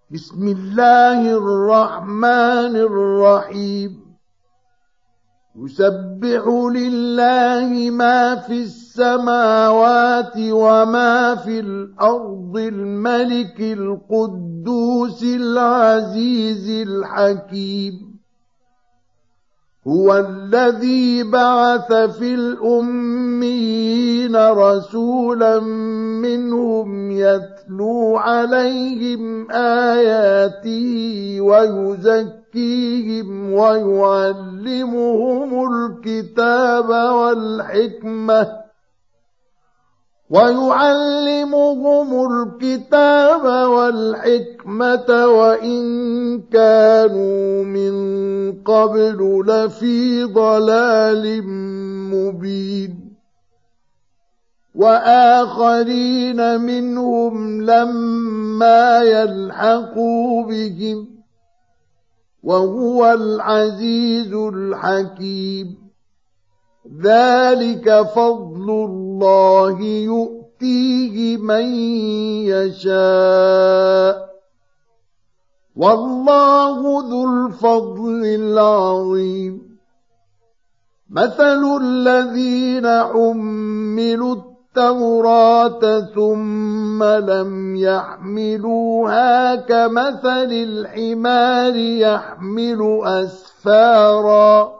بسم الله الرحمن الرحيم يسبح لله ما في السماوات وما في الأرض الملك القدوس العزيز الحكيم هو الذي بعث في الأميين رسولا منهم يتلو عليهم آياته ويزكيهم ويعلمهم الكتاب والحكمة وإن كانوا من قبل لفي ضلال مبين وآخرين منهم لما يلحقوا بهم وهو العزيز الحكيم ذلك فضل الله يؤتيه من يشاء والله ذو الفضل العظيم مثل الذين حملوا التوراة ثم لم يحملوها كمثل الحمار يحمل أسفارا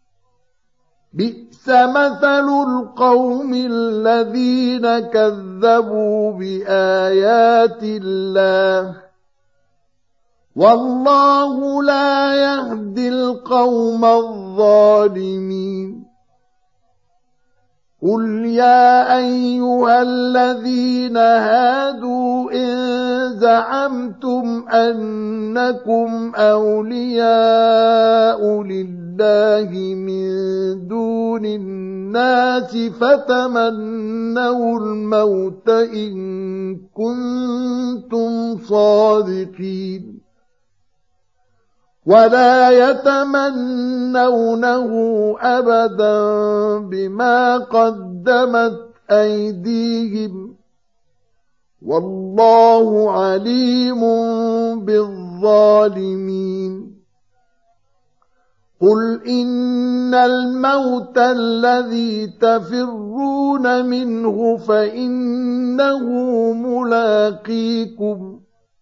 بئس مثل القوم الذين كذبوا بآيات الله والله لا يهدي القوم الظالمين قل يا أيها الذين هادوا إن زعمتم أنكم أولياء لله من دون الناس فتمنوا الموت إن كنتم صادقين ولا يتمنونه أبدا بما قدمت أيديهم والله عليم بالظالمين قل إن الموت الذي تفرون منه فإنه ملاقيكم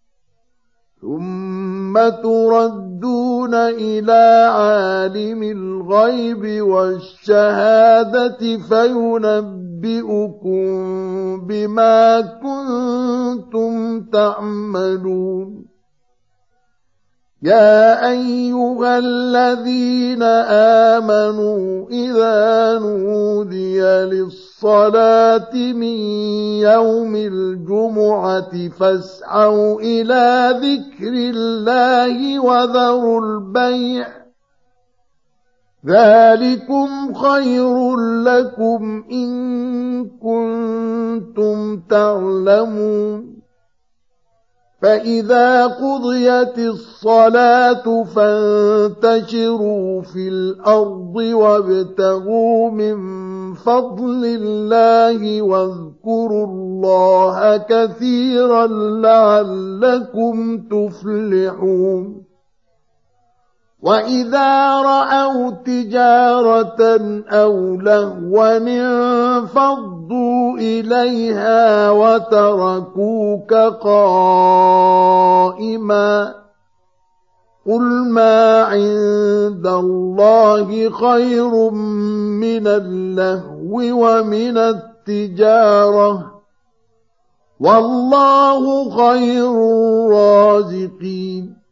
ثم تردون إلى عالم الغيب والشهادة فينبئكم بما كنتم تعملون يا أيها الذين آمنوا إذا نودي للصلاة من يوم الجمعة فاسعوا إلى ذكر الله وذروا البيع ذلكم خير لكم إن كنتم تعلمون فإذا قضيت الصلاة فانتشروا في الأرض وابتغوا من فضل الله واذكروا الله كثيرا لعلكم تفلحون وإذا رأوا تجارة أو لهوا انفضوا إليها وتركوك قائما قل ما عند الله خير من اللهو ومن التجارة والله خير الرازقين